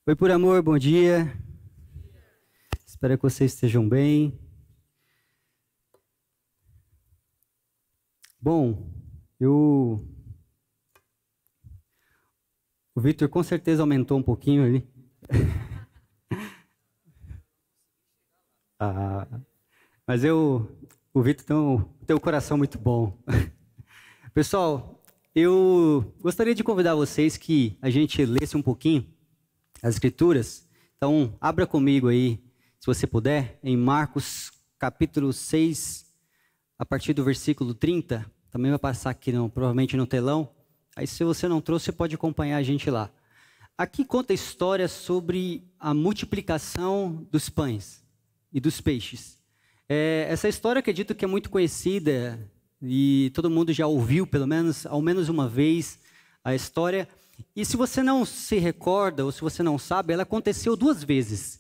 Oi, por amor, bom dia. Espero que vocês estejam bem. Bom, o Victor com certeza aumentou um pouquinho ali. Mas o Victor tem um coração muito bom. Pessoal, eu gostaria de convidar vocês que a gente lesse um pouquinho as Escrituras. Então, abra comigo aí, se você puder, em Marcos capítulo 6, a partir do versículo 30. Também vai passar aqui, provavelmente no telão. Aí, se você não trouxe, você pode acompanhar a gente lá. Aqui conta a história sobre a multiplicação dos pães e dos peixes. Essa história, acredito que é muito conhecida e todo mundo já ouviu, ao menos uma vez, a história. E se você não se recorda, ou se você não sabe, ela aconteceu duas vezes.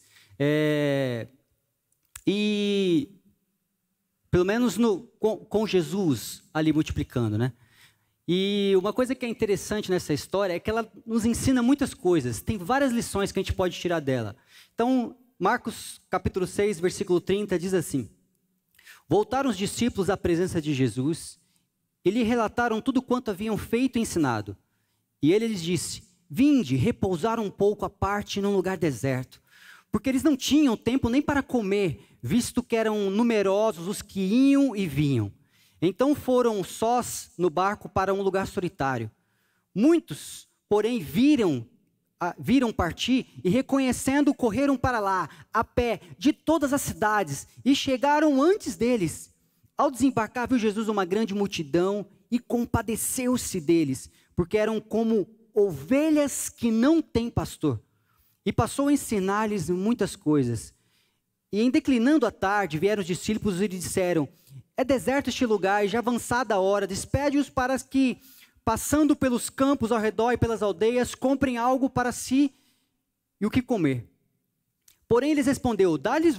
E pelo menos com Jesus ali multiplicando, né? E uma coisa que é interessante nessa história é que ela nos ensina muitas coisas. Tem várias lições que a gente pode tirar dela. Então, Marcos capítulo 6, versículo 30 diz assim: Voltaram os discípulos à presença de Jesus e lhe relataram tudo quanto haviam feito e ensinado. E ele lhes disse: Vinde, repousar um pouco à parte num lugar deserto, porque eles não tinham tempo nem para comer, visto que eram numerosos os que iam e vinham. Então foram sós no barco para um lugar solitário. Muitos, porém, viram partir e, reconhecendo, correram para lá, a pé, de todas as cidades, e chegaram antes deles. Ao desembarcar, viu Jesus uma grande multidão e compadeceu-se deles, porque eram como ovelhas que não têm pastor. E passou a ensinar-lhes muitas coisas. E em declinando a tarde, vieram os discípulos e lhe disseram: É deserto este lugar, e já avançada a hora, despede-os para que, passando pelos campos ao redor e pelas aldeias, comprem algo para si e o que comer. Porém, eles respondeu: Dá-lhes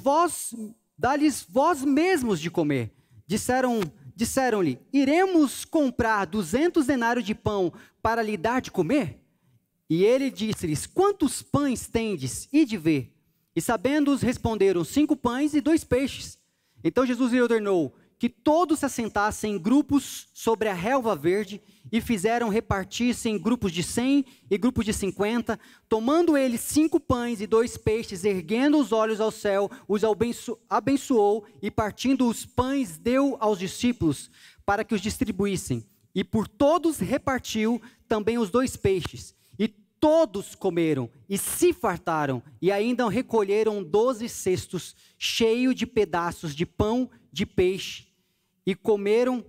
vós mesmos de comer. Disseram-lhe: Iremos comprar 200 denários de pão para lhe dar de comer? E ele disse-lhes: Quantos pães tendes? Ide ver. E sabendo-os, responderam: 5 pães e 2 peixes. Então Jesus lhe ordenou que todos se assentassem em grupos sobre a relva verde, e fizeram repartir-se em grupos de 100 e grupos de 50, tomando ele 5 pães e 2 peixes, erguendo os olhos ao céu, os abençoou, e partindo os pães deu aos discípulos, para que os distribuíssem. E por todos repartiu também os 2 peixes. E todos comeram e se fartaram, e ainda recolheram 12 cestos cheios de pedaços de pão de peixe, e comeram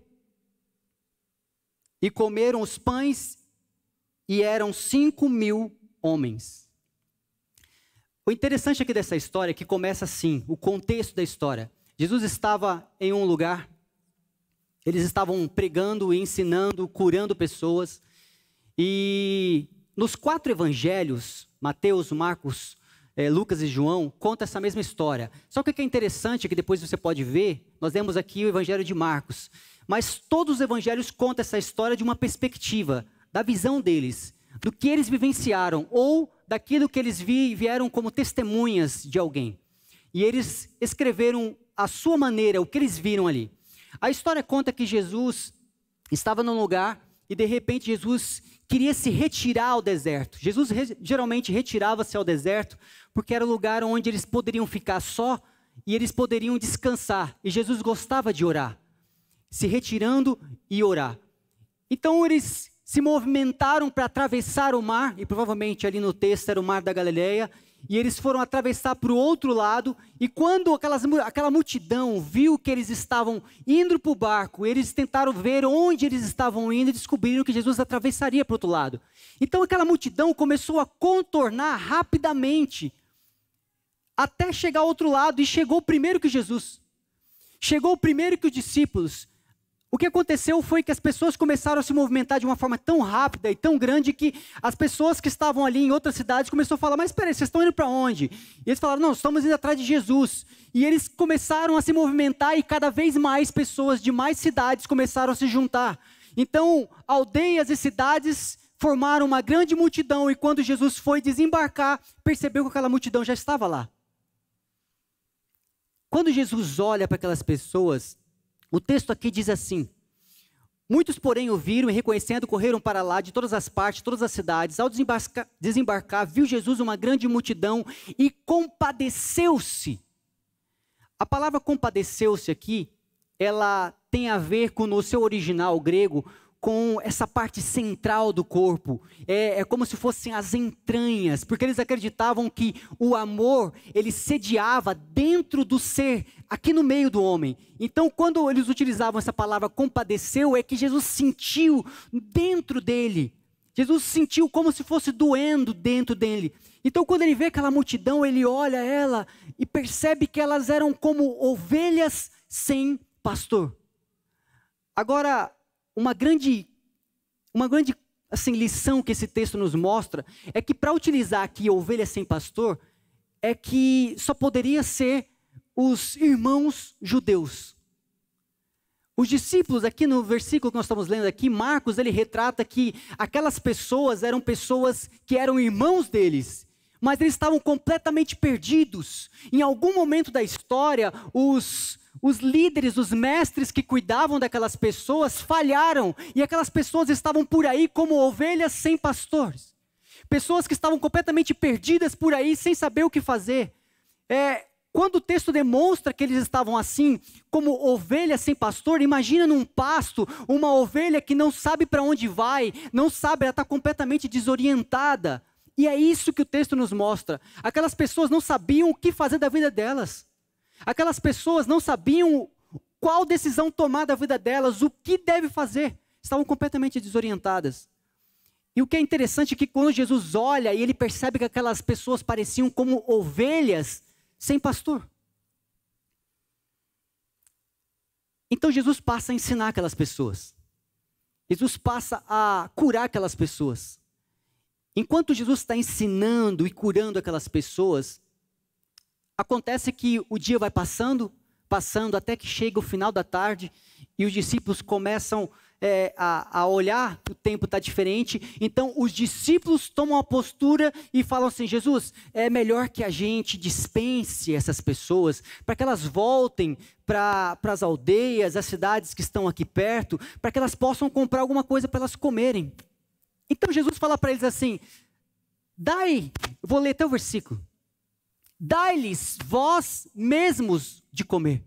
os pães, e eram 5.000 homens. O interessante aqui dessa história é que começa assim, o contexto da história. Jesus estava em um lugar, eles estavam pregando, ensinando, curando pessoas, e nos 4 evangelhos, Mateus, Marcos, Lucas e João, conta essa mesma história. Só que o que é interessante é que depois você pode ver, nós temos aqui o evangelho de Marcos, mas todos os evangelhos contam essa história de uma perspectiva, da visão deles, do que eles vivenciaram, ou daquilo que eles vieram como testemunhas de alguém. E eles escreveram a sua maneira, o que eles viram ali. A história conta que Jesus estava num lugar e de repente Jesus queria se retirar ao deserto. Jesus geralmente retirava-se ao deserto porque era o lugar onde eles poderiam ficar só e eles poderiam descansar. E Jesus gostava de orar, se retirando e orar. Então eles se movimentaram para atravessar o mar, e provavelmente ali no texto era o mar da Galileia, e eles foram atravessar para o outro lado, e quando aquela multidão viu que eles estavam indo para o barco, eles tentaram ver onde eles estavam indo e descobriram que Jesus atravessaria para o outro lado. Então aquela multidão começou a contornar rapidamente, até chegar ao outro lado, e chegou primeiro que Jesus. Chegou primeiro que os discípulos. O que aconteceu foi que as pessoas começaram a se movimentar de uma forma tão rápida e tão grande que as pessoas que estavam ali em outras cidades começaram a falar: mas espera aí, vocês estão indo para onde? E eles falaram: não, estamos indo atrás de Jesus. E eles começaram a se movimentar e cada vez mais pessoas de mais cidades começaram a se juntar. Então, aldeias e cidades formaram uma grande multidão, e quando Jesus foi desembarcar, percebeu que aquela multidão já estava lá. Quando Jesus olha para aquelas pessoas, o texto aqui diz assim: muitos, porém, o viram e, reconhecendo, correram para lá de todas as partes, todas as cidades. Ao desembarcar, viu Jesus uma grande multidão e compadeceu-se. A palavra compadeceu-se aqui, ela tem a ver com, no seu original grego, com essa parte central do corpo. É como se fossem as entranhas, porque eles acreditavam que o amor, ele sediava dentro do ser, aqui no meio do homem. Então, quando eles utilizavam essa palavra compadeceu, é que Jesus sentiu dentro dele. Jesus sentiu como se fosse doendo dentro dele. Então, quando ele vê aquela multidão, ele olha ela e percebe que elas eram como ovelhas sem pastor. Agora, uma grande assim, lição que esse texto nos mostra é que, para utilizar aqui ovelha sem pastor, é que só poderia ser os irmãos judeus. Os discípulos, aqui no versículo que nós estamos lendo aqui, Marcos, ele retrata que aquelas pessoas eram pessoas que eram irmãos deles, mas eles estavam completamente perdidos. Em algum momento da história, os líderes, os mestres que cuidavam daquelas pessoas falharam, e aquelas pessoas estavam por aí como ovelhas sem pastores. Pessoas que estavam completamente perdidas por aí, sem saber o que fazer. Quando o texto demonstra que eles estavam assim, como ovelhas sem pastor, imagina num pasto, uma ovelha que não sabe para onde vai, não sabe, ela está completamente desorientada. E é isso que o texto nos mostra. Aquelas pessoas não sabiam o que fazer da vida delas. Aquelas pessoas não sabiam qual decisão tomar da vida delas, o que deve fazer. Estavam completamente desorientadas. E o que é interessante é que quando Jesus olha e ele percebe que aquelas pessoas pareciam como ovelhas sem pastor. Então Jesus passa a ensinar aquelas pessoas. Jesus passa a curar aquelas pessoas. Enquanto Jesus está ensinando e curando aquelas pessoas, acontece que o dia vai passando, até que chega o final da tarde e os discípulos começam a olhar, o tempo está diferente. Então os discípulos tomam a postura e falam assim: Jesus, é melhor que a gente dispense essas pessoas, para que elas voltem para as aldeias, as cidades que estão aqui perto, para que elas possam comprar alguma coisa para elas comerem. Então Jesus fala para eles assim, vou ler até o versículo: dai-lhes vós mesmos de comer.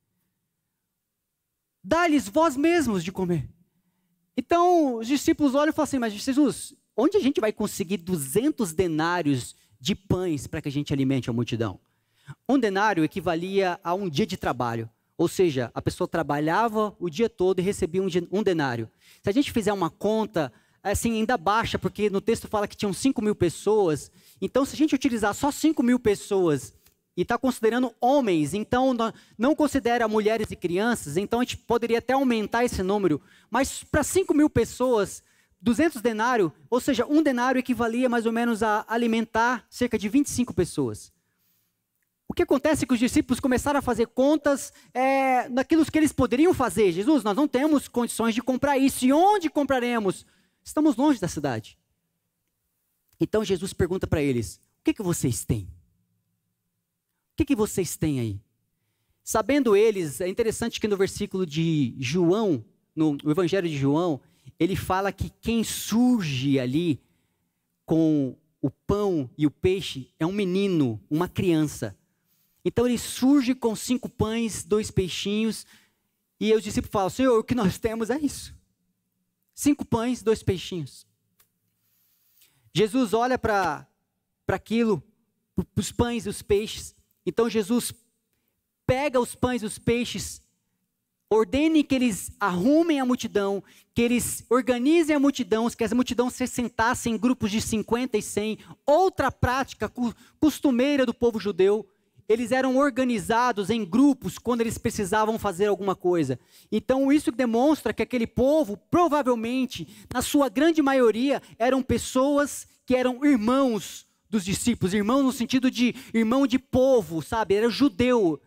Dai-lhes vós mesmos de comer. Então os discípulos olham e falam assim: mas Jesus, onde a gente vai conseguir 200 denários de pães para que a gente alimente a multidão? Um denário equivalia a um dia de trabalho. Ou seja, a pessoa trabalhava o dia todo e recebia um denário. Se a gente fizer uma conta assim, ainda baixa, porque no texto fala que tinham 5.000 pessoas. Então, se a gente utilizar só 5.000 pessoas e está considerando homens, então não considera mulheres e crianças, então a gente poderia até aumentar esse número. Mas para 5.000 pessoas, 200 denários, ou seja, um denário equivalia mais ou menos a alimentar cerca de 25 pessoas. O que acontece é que os discípulos começaram a fazer contas naquilo que eles poderiam fazer. Jesus, nós não temos condições de comprar isso. E onde compraremos? Estamos longe da cidade. Então Jesus pergunta para eles: o que vocês têm? O que vocês têm aí? Sabendo eles, é interessante que no versículo de João, no Evangelho de João, ele fala que quem surge ali com o pão e o peixe é um menino, uma criança. Então ele surge com 5 pães, 2 peixinhos, e os discípulos falam: Senhor, o que nós temos é isso. 5 pães, 2 peixinhos. Jesus olha para aquilo, para os pães e os peixes. Então Jesus pega os pães e os peixes, ordene que eles arrumem a multidão, que eles organizem a multidão, que as multidões se sentassem em grupos de 50 e 100. Outra prática costumeira do povo judeu. Eles eram organizados em grupos quando eles precisavam fazer alguma coisa. Então isso demonstra que aquele povo, provavelmente, na sua grande maioria, eram pessoas que eram irmãos dos discípulos. Irmão no sentido de irmão de povo, sabe? Era judeu.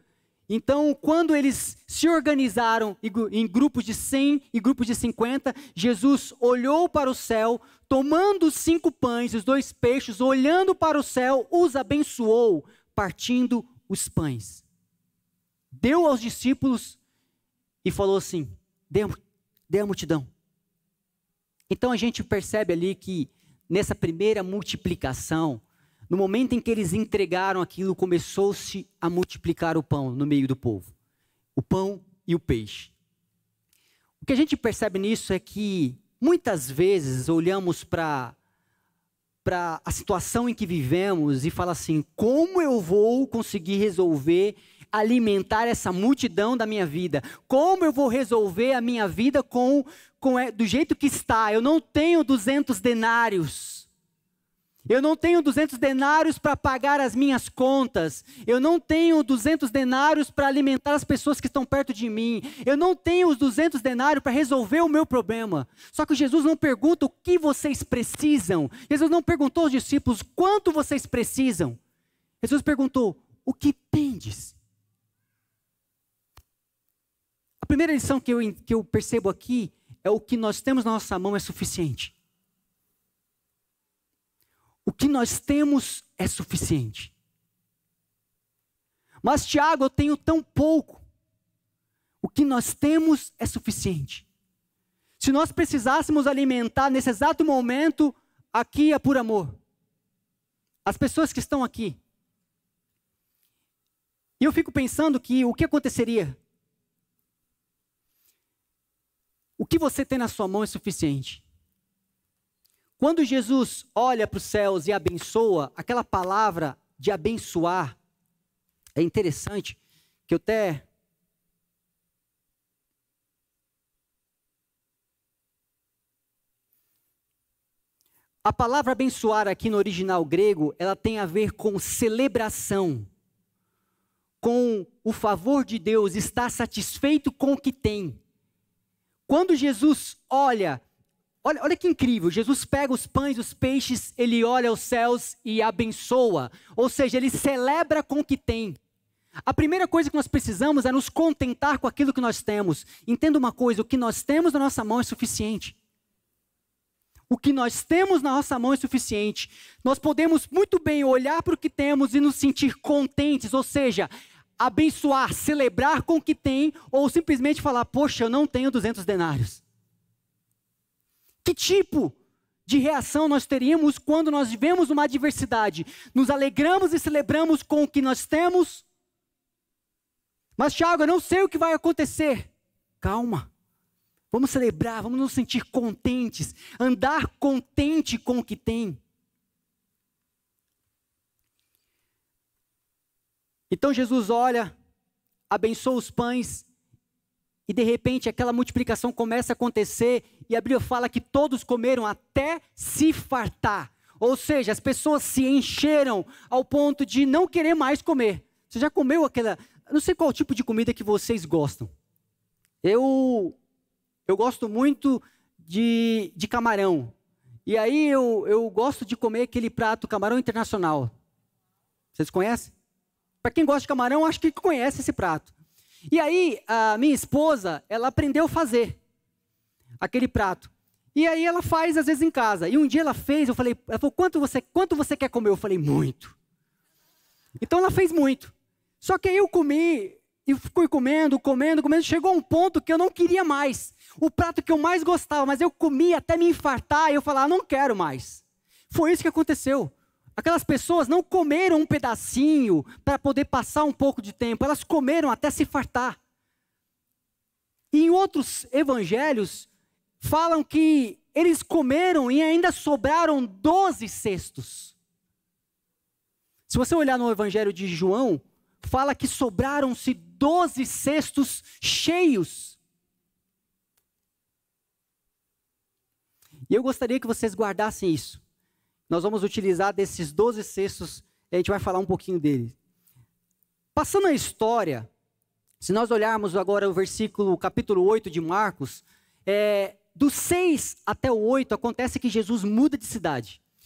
Então, quando eles se organizaram em grupos de 100 e grupos de 50, Jesus olhou para o céu, tomando os 5 pães e os 2 peixes, olhando para o céu, os abençoou, partindo os pães. Deu aos discípulos e falou assim: dê a multidão. Então a gente percebe ali que nessa primeira multiplicação, no momento em que eles entregaram aquilo, começou-se a multiplicar o pão no meio do povo. O pão e o peixe. O que a gente percebe nisso é que muitas vezes olhamos para a situação em que vivemos e fala assim: como eu vou conseguir resolver alimentar essa multidão da minha vida? Como eu vou resolver a minha vida do jeito que está? Eu não tenho 200 denários. Eu não tenho 200 denários para pagar as minhas contas. Eu não tenho 200 denários para alimentar as pessoas que estão perto de mim. Eu não tenho os 200 denários para resolver o meu problema. Só que Jesus não pergunta o que vocês precisam. Jesus não perguntou aos discípulos quanto vocês precisam. Jesus perguntou: o que tendes? A primeira lição que eu percebo aqui é: o que nós temos na nossa mão é suficiente. O que nós temos é suficiente. Mas, Tiago, eu tenho tão pouco. O que nós temos é suficiente. Se nós precisássemos alimentar nesse exato momento, aqui é por amor. As pessoas que estão aqui. E eu fico pensando que o que aconteceria? O que você tem na sua mão é suficiente. Quando Jesus olha para os céus e abençoa, aquela palavra de abençoar, é interessante, que eu até... A palavra abençoar aqui no original grego, ela tem a ver com celebração, com o favor de Deus, estar satisfeito com o que tem. Quando Jesus olha que incrível, Jesus pega os pães, os peixes, ele olha aos céus e abençoa, ou seja, ele celebra com o que tem. A primeira coisa que nós precisamos é nos contentar com aquilo que nós temos. Entenda uma coisa: o que nós temos na nossa mão é suficiente. O que nós temos na nossa mão é suficiente. Nós podemos muito bem olhar para o que temos e nos sentir contentes, ou seja, abençoar, celebrar com o que tem, ou simplesmente falar: poxa, eu não tenho 200 denários. Que tipo de reação nós teríamos quando nós vivemos uma adversidade? Nos alegramos e celebramos com o que nós temos? Mas, Tiago, eu não sei o que vai acontecer. Calma. Vamos celebrar, vamos nos sentir contentes, andar contente com o que tem. Então Jesus olha, abençoa os pães, e de repente aquela multiplicação começa a acontecer, e a Bíblia fala que todos comeram até se fartar. Ou seja, as pessoas se encheram ao ponto de não querer mais comer. Você já comeu aquela... Não sei qual tipo de comida que vocês gostam. Eu gosto muito de camarão. E aí eu gosto de comer aquele prato camarão internacional. Vocês conhecem? Para quem gosta de camarão, acho que conhece esse prato. E aí, a minha esposa, ela aprendeu a fazer aquele prato. E aí ela faz, às vezes, em casa. E um dia ela falou, quanto você quer comer? Eu falei, muito. Então ela fez muito. Só que aí eu comi, e fui comendo, chegou a um ponto que eu não queria mais. O prato que eu mais gostava, mas eu comi até me infartar, e eu falava, não quero mais. Foi isso que aconteceu. Aquelas pessoas não comeram um pedacinho para poder passar um pouco de tempo, elas comeram até se fartar. E em outros evangelhos, falam que eles comeram e ainda sobraram 12 cestos. Se você olhar no evangelho de João, fala que sobraram-se 12 cestos cheios. E eu gostaria que vocês guardassem isso. Nós vamos utilizar desses 12 cestos, e a gente vai falar um pouquinho deles. Passando a história, se nós olharmos agora o capítulo 8 de Marcos, do 6 até o 8, acontece que Jesus muda de cidade.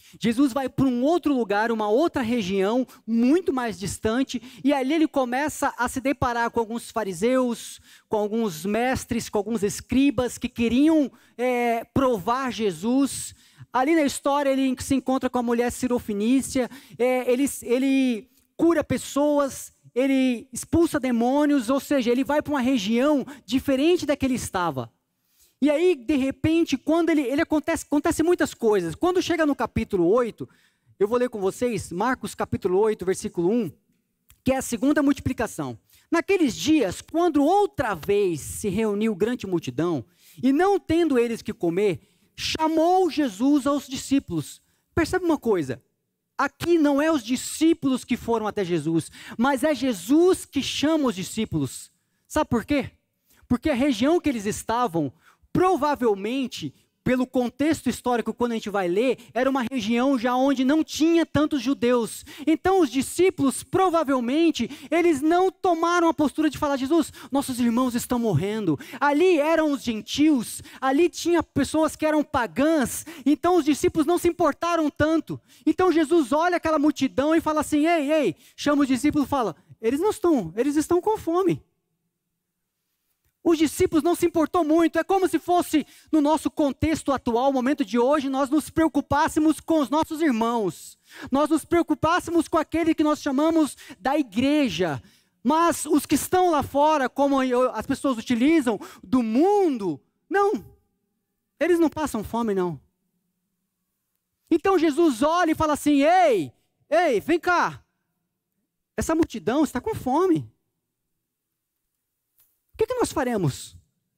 Jesus vai para um outro lugar, uma outra região, muito mais distante, e ali ele começa a se deparar com alguns fariseus, com alguns mestres, com alguns escribas que queriam provar Jesus. Ali na história ele se encontra com a mulher sirofenícia, ele cura pessoas, ele expulsa demônios, ou seja, ele vai para uma região diferente da que ele estava. E aí, de repente, quando acontece muitas coisas. Quando chega no capítulo 8, eu vou ler com vocês, Marcos capítulo 8, versículo 1, que é a segunda multiplicação. Naqueles dias, quando outra vez se reuniu grande multidão, e não tendo eles que comer, chamou Jesus aos discípulos. Percebe uma coisa? Aqui não é os discípulos que foram até Jesus, mas é Jesus que chama os discípulos. Sabe por quê? Porque a região que eles estavam, provavelmente, pelo contexto histórico, quando a gente vai ler, era uma região já onde não tinha tantos judeus. Então os discípulos, provavelmente, eles não tomaram a postura de falar: Jesus, nossos irmãos estão morrendo. Ali eram os gentios, ali tinha pessoas que eram pagãs, então os discípulos não se importaram tanto. Então Jesus olha aquela multidão e fala assim: ei, chama os discípulos e fala: eles estão com fome. Os discípulos não se importou muito. É como se fosse, no nosso contexto atual, momento de hoje, nós nos preocupássemos com os nossos irmãos. Nós nos preocupássemos com aquele que nós chamamos da igreja. Mas os que estão lá fora, como as pessoas utilizam, do mundo, não. Eles não passam fome, não. Então Jesus olha e fala assim: ei, vem cá. Essa multidão está com fome. O que nós faremos?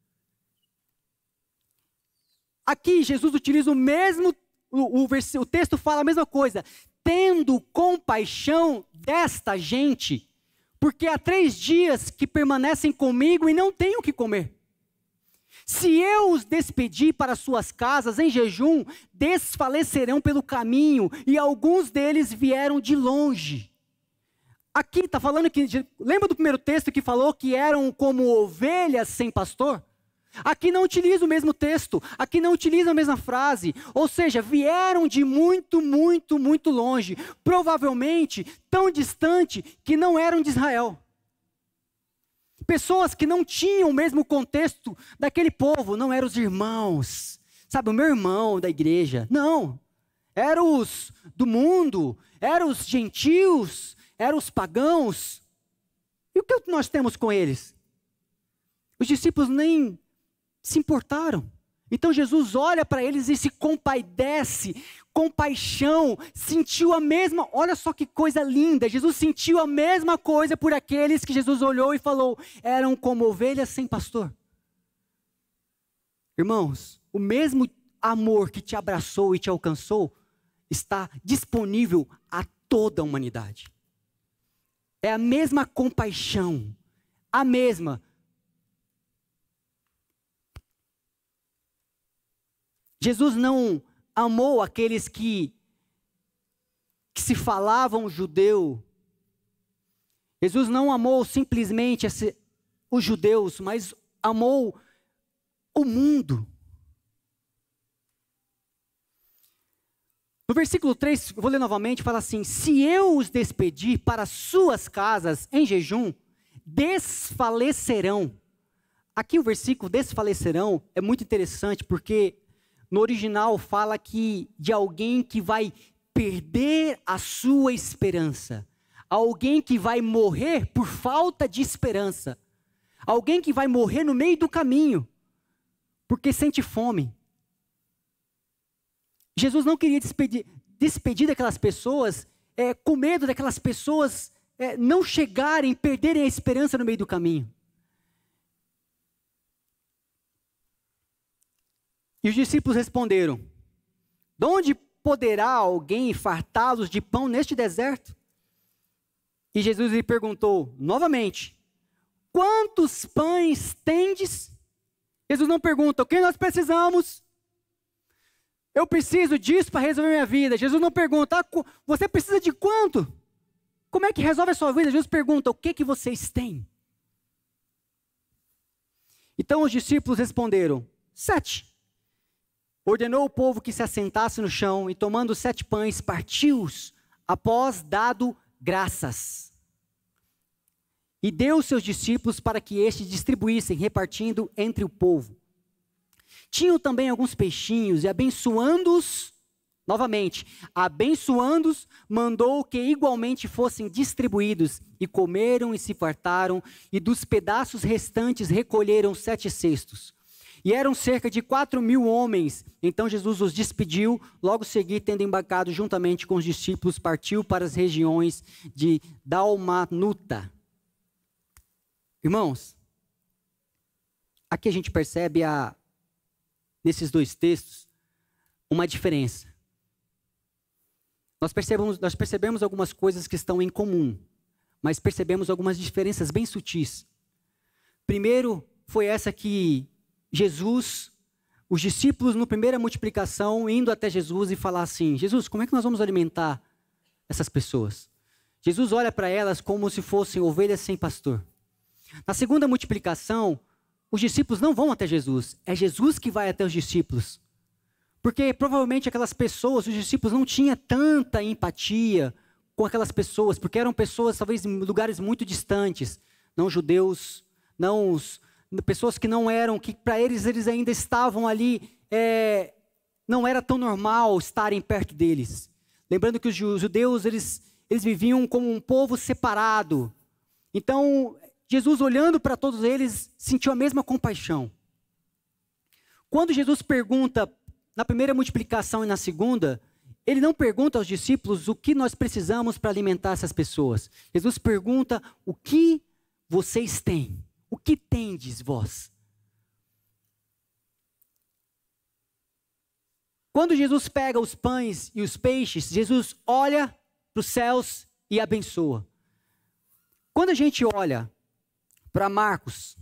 Aqui Jesus utiliza o mesmo, o texto fala a mesma coisa. Tendo compaixão desta gente, porque há 3 dias que permanecem comigo e não têm o que comer. Se eu os despedir para suas casas em jejum, desfalecerão pelo caminho, e alguns deles vieram de longe. Aqui está falando que, lembra do primeiro texto que falou que eram como ovelhas sem pastor? Aqui não utiliza o mesmo texto, aqui não utiliza a mesma frase, ou seja, vieram de muito, muito, muito longe, provavelmente tão distante que não eram de Israel. Pessoas que não tinham o mesmo contexto daquele povo, não eram os irmãos, sabe, o meu irmão da igreja, não, eram os do mundo, eram os gentios, eram os pagãos. E o que nós temos com eles? Os discípulos nem se importaram. Então Jesus olha para eles e se compadece, compaixão, sentiu a mesma, olha só que coisa linda, Jesus sentiu a mesma coisa por aqueles que Jesus olhou e falou, eram como ovelhas sem pastor. Irmãos, o mesmo amor que te abraçou e te alcançou, está disponível a toda a humanidade. É a mesma compaixão, a mesma. Jesus não amou aqueles que se falavam judeu. Jesus não amou simplesmente os judeus, mas amou o mundo. No versículo 3, eu vou ler novamente, fala assim, se eu os despedir para suas casas em jejum, desfalecerão. Aqui o versículo desfalecerão é muito interessante, porque no original fala que de alguém que vai perder a sua esperança, alguém que vai morrer por falta de esperança, alguém que vai morrer no meio do caminho, porque sente fome. Jesus não queria despedir daquelas pessoas, com medo daquelas pessoas não chegarem, perderem a esperança no meio do caminho. E os discípulos responderam, de onde poderá alguém fartá-los de pão neste deserto? E Jesus lhe perguntou novamente, quantos pães tendes? Jesus não pergunta, o que nós precisamos? Eu preciso disso para resolver minha vida. Jesus não pergunta, você precisa de quanto? Como é que resolve a sua vida? Jesus pergunta, o que vocês têm? Então os discípulos responderam, 7. ordenou ao povo que se assentasse no chão e, tomando 7 pães, partiu-os, após dado graças. E deu aos seus discípulos para que estes distribuíssem, repartindo entre o povo. Tinham também alguns peixinhos e, abençoando-os, novamente, abençoando-os, mandou que igualmente fossem distribuídos, e comeram e se fartaram, e dos pedaços restantes recolheram 7 cestos. E eram cerca de 4.000 homens. Então Jesus os despediu, logo seguir, tendo embarcado juntamente com os discípulos, partiu para as regiões de Dalmanuta. Irmãos, aqui a gente percebe nesses 2 textos uma diferença. Nós percebemos algumas coisas que estão em comum, mas percebemos algumas diferenças bem sutis. Primeiro, foi essa que Jesus, os discípulos, na primeira multiplicação, indo até Jesus e falar assim: Jesus, como é que nós vamos alimentar essas pessoas? Jesus olha para elas como se fossem ovelhas sem pastor. Na segunda multiplicação, os discípulos não vão até Jesus, é Jesus que vai até os discípulos. Porque provavelmente aquelas pessoas, os discípulos não tinham tanta empatia com aquelas pessoas, porque eram pessoas talvez em lugares muito distantes, não judeus, pessoas que não eram, que para eles ainda estavam ali, não era tão normal estarem perto deles. Lembrando que os judeus, eles viviam como um povo separado. Então, Jesus, olhando para todos eles, sentiu a mesma compaixão. Quando Jesus pergunta, na primeira multiplicação e na segunda, ele não pergunta aos discípulos o que nós precisamos para alimentar essas pessoas. Jesus pergunta: o que vocês têm? O que tendes vós? Quando Jesus pega os pães e os peixes, Jesus olha para os céus e abençoa. Quando a gente olha para Marcos,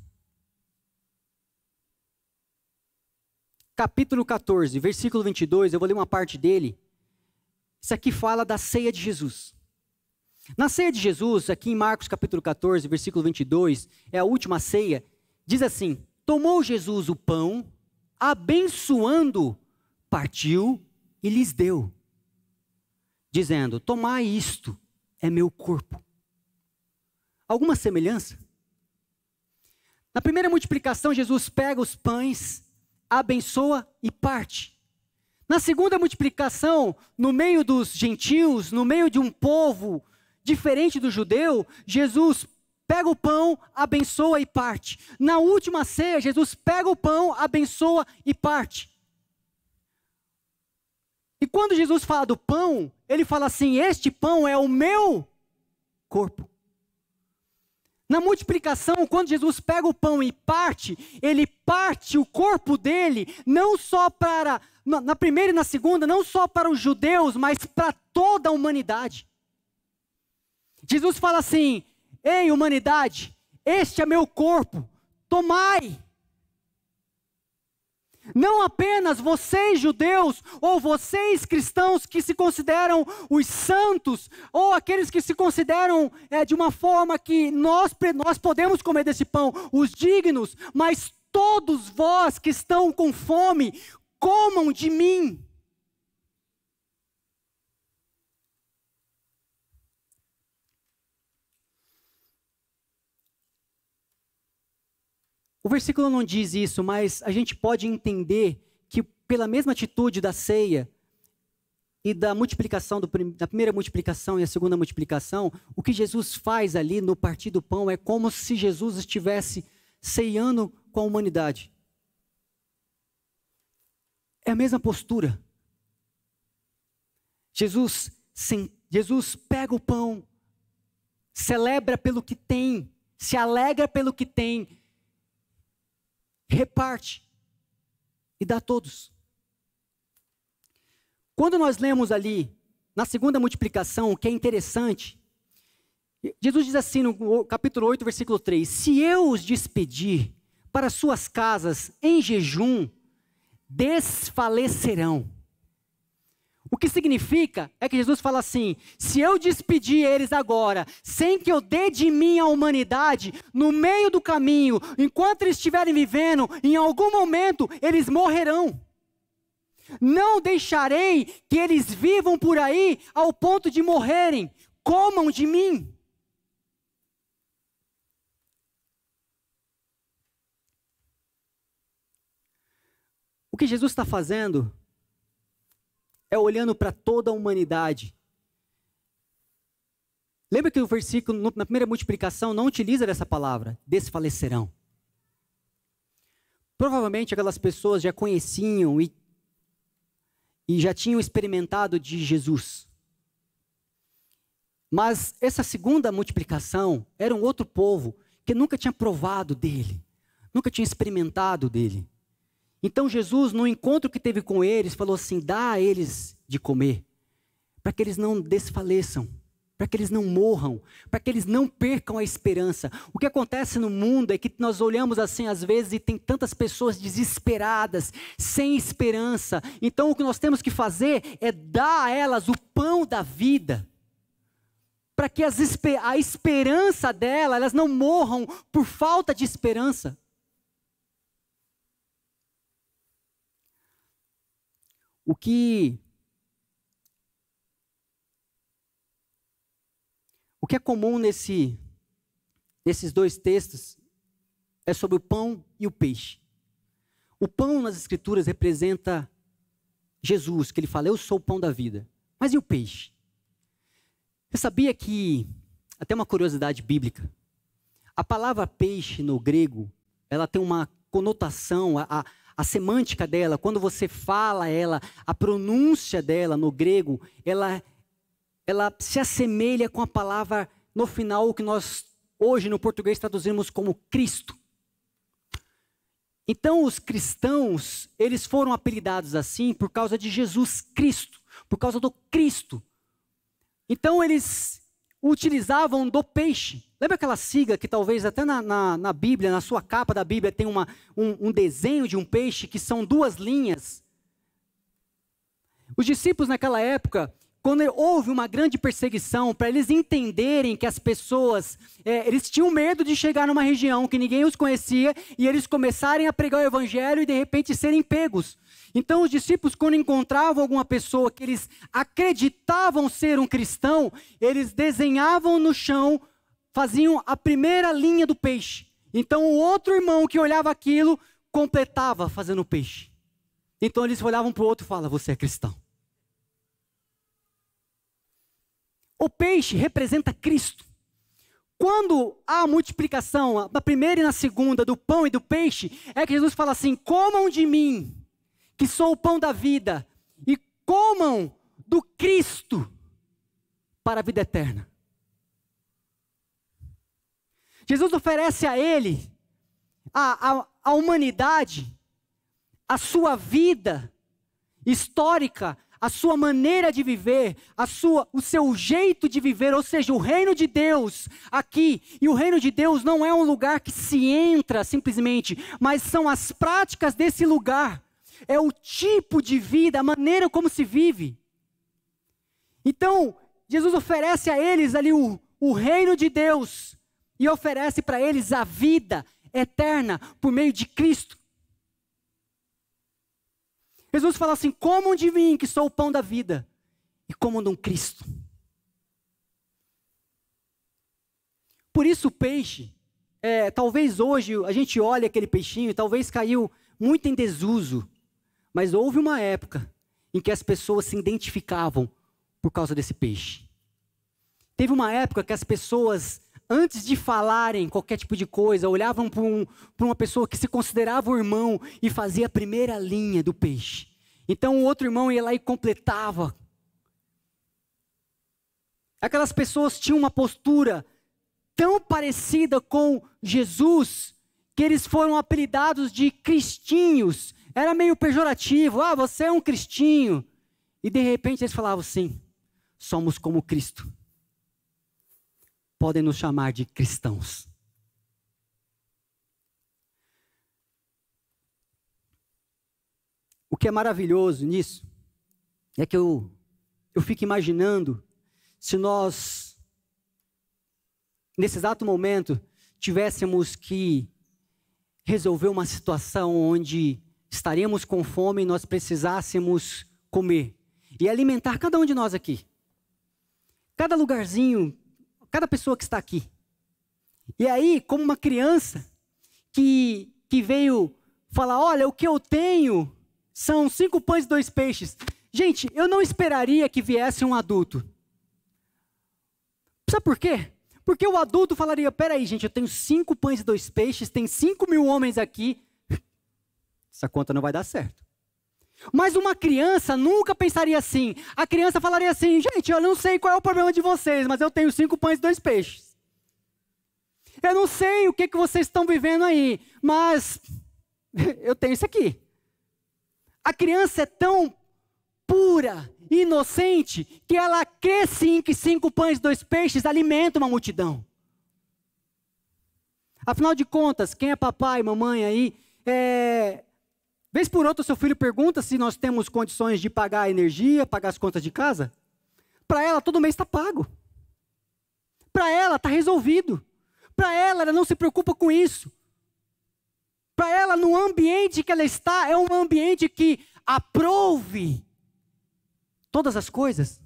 capítulo 14, versículo 22, eu vou ler uma parte dele. Isso aqui fala da ceia de Jesus. Na ceia de Jesus, aqui em Marcos capítulo 14, versículo 22, é a última ceia, diz assim: tomou Jesus o pão, abençoando, partiu e lhes deu, dizendo: tomai isto, é meu corpo. Alguma semelhança? Na primeira multiplicação, Jesus pega os pães, abençoa e parte. Na segunda multiplicação, no meio dos gentios, no meio de um povo diferente do judeu, Jesus pega o pão, abençoa e parte. Na última ceia, Jesus pega o pão, abençoa e parte. E quando Jesus fala do pão, ele fala assim: este pão é o meu corpo. Na multiplicação, quando Jesus pega o pão e parte, ele parte o corpo dele, não só para, na primeira e na segunda, não só para os judeus, mas para toda a humanidade. Jesus fala assim: ei, humanidade, este é meu corpo, tomai. Não apenas vocês judeus, ou vocês cristãos que se consideram os santos, ou aqueles que se consideram de uma forma que nós podemos comer desse pão, os dignos, mas todos vós que estão com fome, comam de mim. O versículo não diz isso, mas a gente pode entender que pela mesma atitude da ceia e da multiplicação, da primeira multiplicação e a segunda multiplicação, o que Jesus faz ali no partir do pão é como se Jesus estivesse ceando com a humanidade. É a mesma postura. Jesus pega o pão, celebra pelo que tem, se alegra pelo que tem, reparte e dá a todos. Quando nós lemos ali, na segunda multiplicação, o que é interessante, Jesus diz assim no capítulo 8, versículo 3, se eu os despedir para suas casas em jejum, desfalecerão. O que significa é que Jesus fala assim: se eu despedir eles agora, sem que eu dê de mim à humanidade, no meio do caminho, enquanto eles estiverem vivendo, em algum momento eles morrerão. Não deixarei que eles vivam por aí ao ponto de morrerem. Comam de mim. O que Jesus está fazendo é olhando para toda a humanidade. Lembra que o versículo, na primeira multiplicação, não utiliza essa palavra, desfalecerão. Provavelmente aquelas pessoas já conheciam e já tinham experimentado de Jesus. Mas essa segunda multiplicação era um outro povo que nunca tinha provado dele, nunca tinha experimentado dele. Então Jesus, no encontro que teve com eles, falou assim: dá a eles de comer, para que eles não desfaleçam, para que eles não morram, para que eles não percam a esperança. O que acontece no mundo é que nós olhamos assim às vezes e tem tantas pessoas desesperadas, sem esperança. Então o que nós temos que fazer é dar a elas o pão da vida, para que a esperança dela, elas não morram por falta de esperança. O que é comum nesses dois textos é sobre o pão e o peixe. O pão nas Escrituras representa Jesus, que ele fala: eu sou o pão da vida. Mas e o peixe? Você sabia que, até uma curiosidade bíblica, a palavra peixe no grego, ela tem uma conotação, a semântica dela, quando você fala ela, a pronúncia dela no grego, ela se assemelha com a palavra no final que nós hoje no português traduzimos como Cristo. Então os cristãos, eles foram apelidados assim por causa de Jesus Cristo, por causa do Cristo. Então eles utilizavam do peixe. Lembra aquela sigla que talvez até na Bíblia, na sua capa da Bíblia, tem um desenho de um peixe que são duas linhas? Os discípulos naquela época, quando houve uma grande perseguição, para eles entenderem que as pessoas, eles tinham medo de chegar numa região que ninguém os conhecia, e eles começarem a pregar o evangelho e de repente serem pegos. Então os discípulos, quando encontravam alguma pessoa que eles acreditavam ser um cristão, eles desenhavam no chão, faziam a primeira linha do peixe. Então o outro irmão que olhava aquilo, completava fazendo o peixe. Então eles olhavam para o outro e falavam: você é cristão. O peixe representa Cristo. Quando há a multiplicação, na primeira e na segunda, do pão e do peixe, é que Jesus fala assim: comam de mim, que sou o pão da vida, e comam do Cristo para a vida eterna. Jesus oferece a ele, a humanidade, a sua vida histórica, a sua maneira de viver, o seu jeito de viver, ou seja, o reino de Deus aqui. E o reino de Deus não é um lugar que se entra simplesmente, mas são as práticas desse lugar. É o tipo de vida, a maneira como se vive. Então, Jesus oferece a eles ali o reino de Deus e oferece para eles a vida eterna por meio de Cristo. Jesus fala assim: comam de mim, que sou o pão da vida, e comam de um Cristo. Por isso o peixe, talvez hoje a gente olhe aquele peixinho e talvez caiu muito em desuso, mas houve uma época em que as pessoas se identificavam por causa desse peixe. Teve uma época que as pessoas, antes de falarem qualquer tipo de coisa, olhavam para uma pessoa que se considerava o irmão e fazia a primeira linha do peixe. Então o outro irmão ia lá e completava. Aquelas pessoas tinham uma postura tão parecida com Jesus, que eles foram apelidados de cristinhos. Era meio pejorativo: ah, você é um cristinho. E de repente eles falavam assim: somos como Cristo. Podem nos chamar de cristãos. O que é maravilhoso nisso é que eu fico imaginando se nós, nesse exato momento, tivéssemos que resolver uma situação onde estaríamos com fome e nós precisássemos comer e alimentar cada um de nós aqui. Cada lugarzinho, cada pessoa que está aqui. E aí, como uma criança que veio falar, olha, o que eu tenho são 5 pães e 2 peixes. Gente, eu não esperaria que viesse um adulto. Sabe por quê? Porque o adulto falaria, peraí, gente, eu tenho 5 pães e 2 peixes, tem 5.000 homens aqui. Essa conta não vai dar certo. Mas uma criança nunca pensaria assim. A criança falaria assim, gente, eu não sei qual é o problema de vocês, mas eu tenho 5 pães e 2 peixes. Eu não sei o que vocês estão vivendo aí, mas eu tenho isso aqui. A criança é tão pura, inocente, que ela crê sim que 5 pães e 2 peixes alimentam uma multidão. Afinal de contas, quem é papai, mamãe aí, vez por outra o seu filho pergunta se nós temos condições de pagar a energia, pagar as contas de casa. Para ela, todo mês está pago. Para ela, está resolvido. Para ela não se preocupa com isso. Para ela, no ambiente que ela está, é um ambiente que aprove todas as coisas.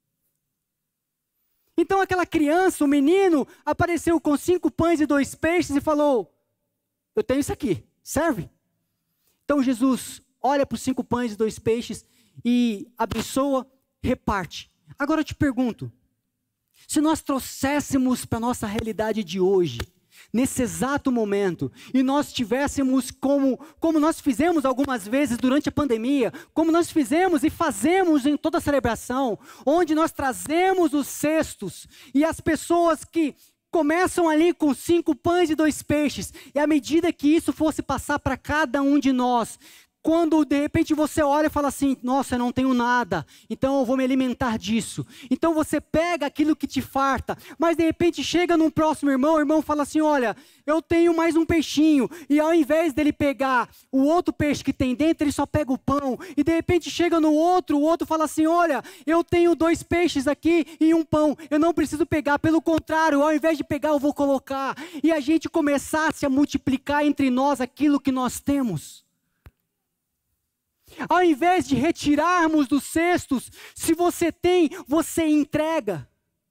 Então aquela criança, o menino, apareceu com 5 pães e 2 peixes e falou, eu tenho isso aqui, serve? Então Jesus olha para os 5 pães e 2 peixes e abençoa, reparte. Agora eu te pergunto, se nós trouxéssemos para a nossa realidade de hoje, nesse exato momento, e nós tivéssemos como nós fizemos algumas vezes durante a pandemia, como nós fizemos e fazemos em toda a celebração, onde nós trazemos os cestos, e as pessoas que começam ali com 5 pães e 2 peixes, e à medida que isso fosse passar para cada um de nós, quando de repente você olha e fala assim, nossa, eu não tenho nada, então eu vou me alimentar disso. Então você pega aquilo que te farta, mas de repente chega num próximo irmão, o irmão fala assim, olha, eu tenho mais um peixinho, e ao invés dele pegar o outro peixe que tem dentro, ele só pega o pão, e de repente chega no outro, o outro fala assim, olha, eu tenho 2 peixes aqui e um pão, eu não preciso pegar, pelo contrário, ao invés de pegar eu vou colocar, e a gente começasse a multiplicar entre nós aquilo que nós temos. Ao invés de retirarmos dos cestos, se você tem, você entrega.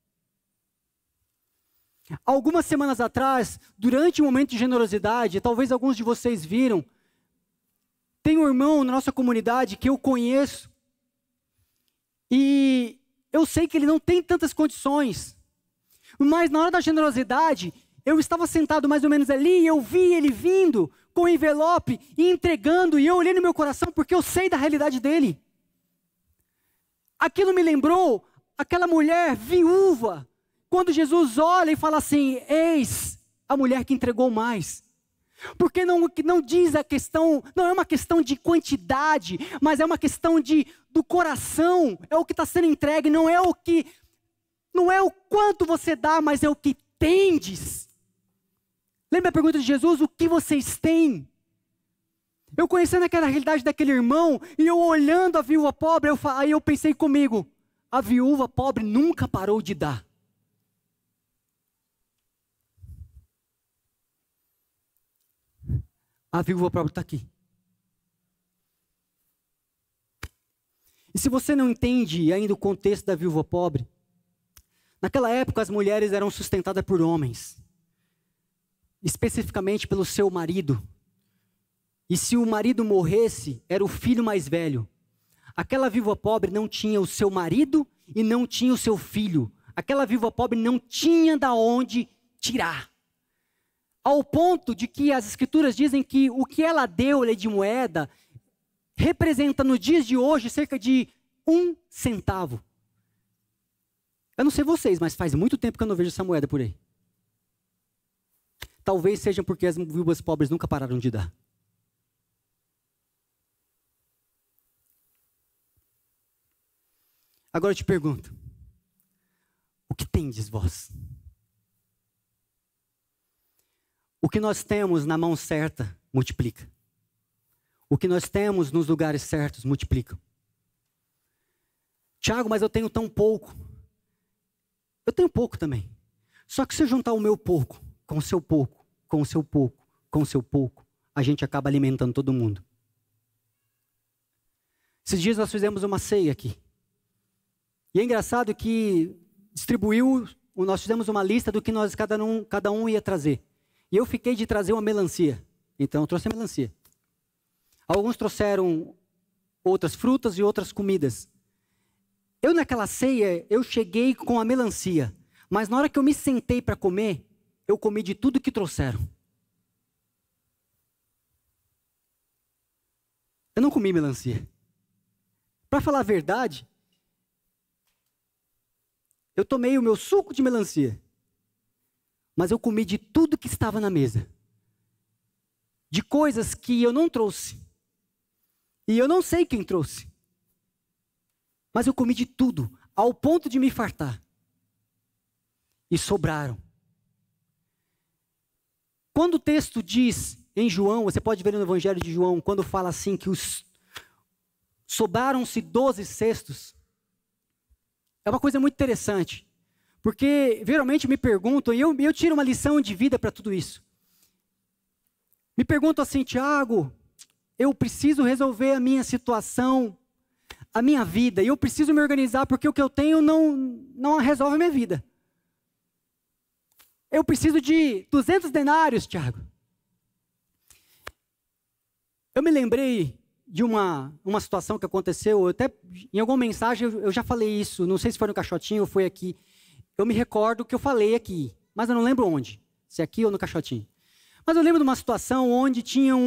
Algumas semanas atrás, durante um momento de generosidade, talvez alguns de vocês viram, tem um irmão na nossa comunidade que eu conheço, e eu sei que ele não tem tantas condições, mas na hora da generosidade, eu estava sentado mais ou menos ali, e eu vi ele vindo com o envelope e entregando, e eu olhei no meu coração porque eu sei da realidade dele. Aquilo me lembrou aquela mulher viúva, quando Jesus olha e fala assim, eis a mulher que entregou mais. Porque não diz a questão, não é uma questão de quantidade, mas é uma questão do coração, é o que está sendo entregue, não é o quanto você dá, mas é o que tendes. Lembra a pergunta de Jesus, o que vocês têm? Eu conhecendo aquela realidade daquele irmão, e eu olhando a viúva pobre, aí eu pensei comigo, a viúva pobre nunca parou de dar. A viúva pobre está aqui. E se você não entende ainda o contexto da viúva pobre, naquela época as mulheres eram sustentadas por homens, especificamente pelo seu marido. E se o marido morresse, era o filho mais velho. Aquela viúva pobre não tinha o seu marido e não tinha o seu filho. Aquela viúva pobre não tinha da onde tirar. Ao ponto de que as escrituras dizem que o que ela deu de moeda representa nos dias de hoje cerca de 1 centavo. Eu não sei vocês, mas faz muito tempo que eu não vejo essa moeda por aí. Talvez seja porque as viúvas pobres nunca pararam de dar. Agora eu te pergunto, o que tendes vós? O que nós temos na mão certa, multiplica. O que nós temos nos lugares certos, multiplica. Tiago, mas eu tenho tão pouco. Eu tenho pouco também. Só que se eu juntar o meu pouco, com o seu pouco, com o seu pouco, com o seu pouco, a gente acaba alimentando todo mundo. Esses dias nós fizemos uma ceia aqui. E é engraçado que nós fizemos uma lista do que cada um ia trazer. E eu fiquei de trazer uma melancia. Então eu trouxe a melancia. Alguns trouxeram outras frutas e outras comidas. Eu naquela ceia, eu cheguei com a melancia. Mas na hora que eu me sentei para comer, eu comi de tudo que trouxeram. Eu não comi melancia. Para falar a verdade, eu tomei o meu suco de melancia. Mas eu comi de tudo que estava na mesa. De coisas que eu não trouxe. E eu não sei quem trouxe. Mas eu comi de tudo, ao ponto de me fartar. E sobraram. Quando o texto diz em João, você pode ver no Evangelho de João, quando fala assim que sobraram-se 12 cestos, é uma coisa muito interessante, porque geralmente me perguntam, e eu tiro uma lição de vida para tudo isso. Me perguntam assim, Tiago, eu preciso resolver a minha situação, a minha vida, e eu preciso me organizar porque o que eu tenho não resolve a minha vida. Eu preciso de 200 denários, Tiago. Eu me lembrei de uma situação que aconteceu, até em alguma mensagem eu já falei isso, não sei se foi no Caixotinho ou foi aqui. Eu me recordo que eu falei aqui, mas eu não lembro onde, se é aqui ou no Caixotinho. Mas eu lembro de uma situação onde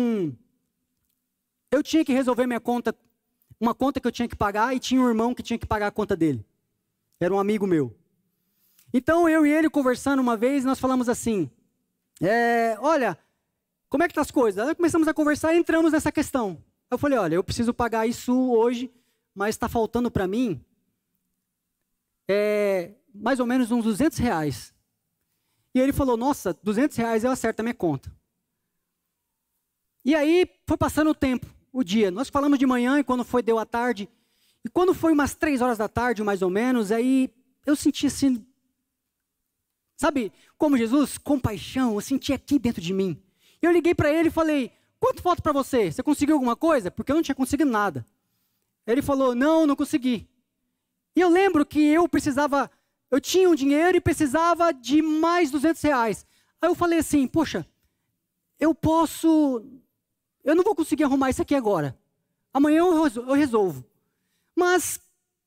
eu tinha que resolver minha conta, uma conta que eu tinha que pagar, e tinha um irmão que tinha que pagar a conta dele. Era um amigo meu. Então eu e ele conversando uma vez, nós falamos assim, olha, como é que tá as coisas? Aí começamos a conversar e entramos nessa questão. Eu falei, olha, eu preciso pagar isso hoje, mas está faltando para mim mais ou menos uns 200 reais. E ele falou, nossa, 200 reais eu acerto a minha conta. E aí foi passando o tempo, o dia. Nós falamos de manhã e quando deu à tarde. E quando foi umas 3 horas da tarde, mais ou menos, aí eu senti assim, sabe, como Jesus, compaixão, eu senti aqui dentro de mim. Eu liguei para ele e falei, quanto falta para você? Você conseguiu alguma coisa? Porque eu não tinha conseguido nada. Ele falou, não consegui. E eu lembro que eu tinha um dinheiro e precisava de mais 200 reais. Aí eu falei assim, poxa, eu não vou conseguir arrumar isso aqui agora. Amanhã eu resolvo. Mas,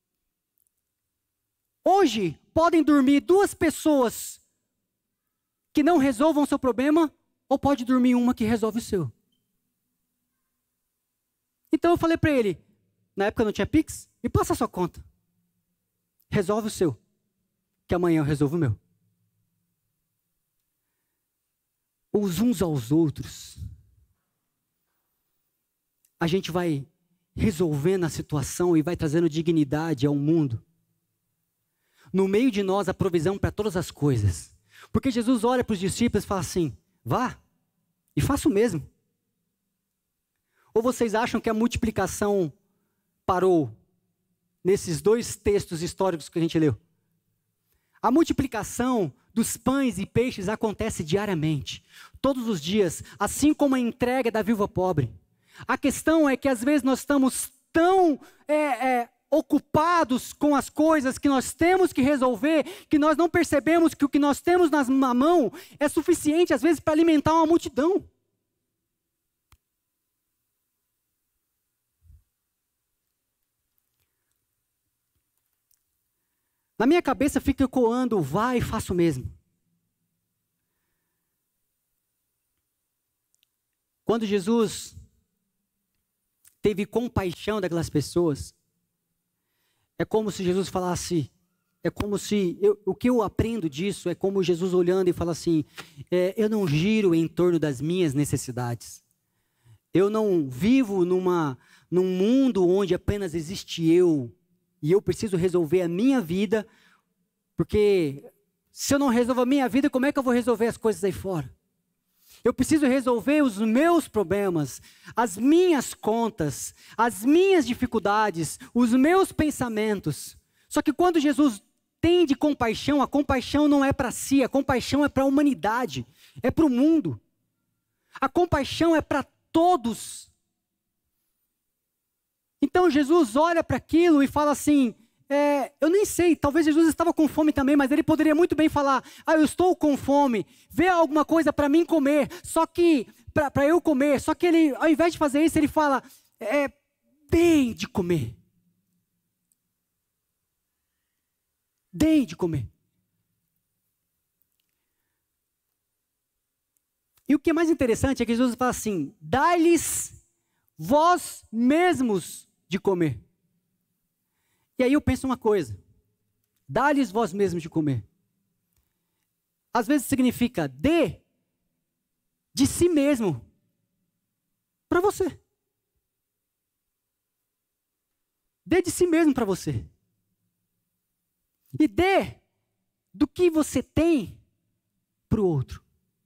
hoje, podem dormir 2 pessoas que não resolvam o seu problema, ou pode dormir uma que resolve o seu. Então eu falei para ele, na época não tinha Pix, me passa a sua conta. Resolve o seu, que amanhã eu resolvo o meu. Os uns aos outros, a gente vai resolvendo a situação e vai trazendo dignidade ao mundo. No meio de nós, a provisão para todas as coisas. Porque Jesus olha para os discípulos e fala assim, vá e faça o mesmo. Ou vocês acham que a multiplicação parou nesses 2 textos históricos que a gente leu? A multiplicação dos pães e peixes acontece diariamente, todos os dias, assim como a entrega da viúva pobre. A questão é que às vezes nós estamos tão ocupados com as coisas que nós temos que resolver, que nós não percebemos que o que nós temos na mão é suficiente às vezes para alimentar uma multidão. Na minha cabeça fica ecoando, vai e faça o mesmo. Quando Jesus teve compaixão daquelas pessoas, é como se Jesus falasse, o que eu aprendo disso é como Jesus olhando e fala assim, eu não giro em torno das minhas necessidades. Eu não vivo num mundo onde apenas existe eu, e eu preciso resolver a minha vida, porque se eu não resolvo a minha vida, como é que eu vou resolver as coisas aí fora? Eu preciso resolver os meus problemas, as minhas contas, as minhas dificuldades, os meus pensamentos. Só que quando Jesus tem de compaixão, a compaixão não é para si, a compaixão é para a humanidade, é para o mundo. A compaixão é para todos. Então Jesus olha para aquilo e fala assim, eu nem sei, talvez Jesus estava com fome também, mas ele poderia muito bem falar, eu estou com fome, vê alguma coisa para mim comer, só que, para eu comer, só que ele, ao invés de fazer isso, ele fala, deem de comer. Deem de comer. E o que é mais interessante é que Jesus fala assim, dai-lhes vós mesmos de comer. E aí eu penso uma coisa, dá-lhes vós mesmos de comer. Às vezes significa dê de si mesmo para você. Dê de si mesmo para você. E dê do que você tem para o outro.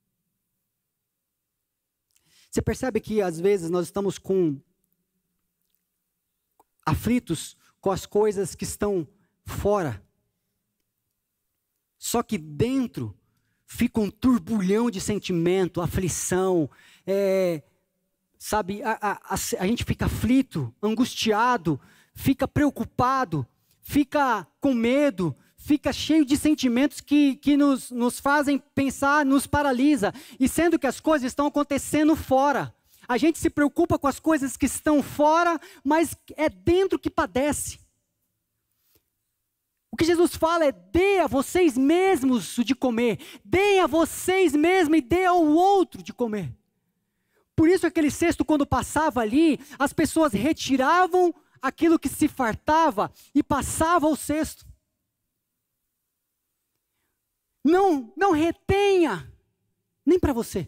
Você percebe que às vezes nós estamos aflitos com as coisas que estão fora. Só que dentro fica um turbulhão de sentimento, aflição, sabe, a gente fica aflito, angustiado, fica preocupado, fica com medo, fica cheio de sentimentos que nos fazem pensar, nos paralisa. E sendo que as coisas estão acontecendo fora. A gente se preocupa com as coisas que estão fora, mas é dentro que padece. O que Jesus fala é, dê a vocês mesmos de comer. Dê a vocês mesmos e dê ao outro de comer. Por isso aquele cesto, quando passava ali, as pessoas retiravam aquilo que se fartava e passava o cesto. Não retenha, nem para você.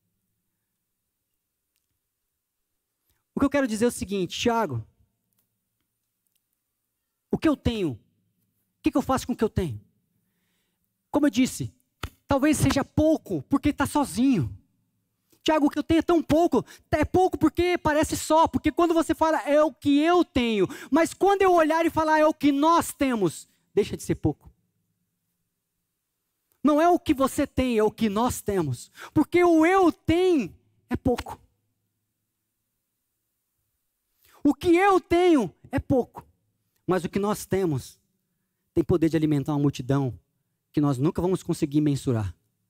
O que eu quero dizer é o seguinte, Tiago, o que eu tenho, o que eu faço com o que eu tenho? Como eu disse, talvez seja pouco, porque está sozinho. Tiago, o que eu tenho é tão pouco, é pouco porque parece só, porque quando você fala é o que eu tenho, mas quando eu olhar e falar é o que nós temos, deixa de ser pouco. Não é o que você tem, é o que nós temos, porque o eu tenho é pouco. O que eu tenho é pouco, mas o que nós temos tem poder de alimentar uma multidão que nós nunca vamos conseguir mensurar.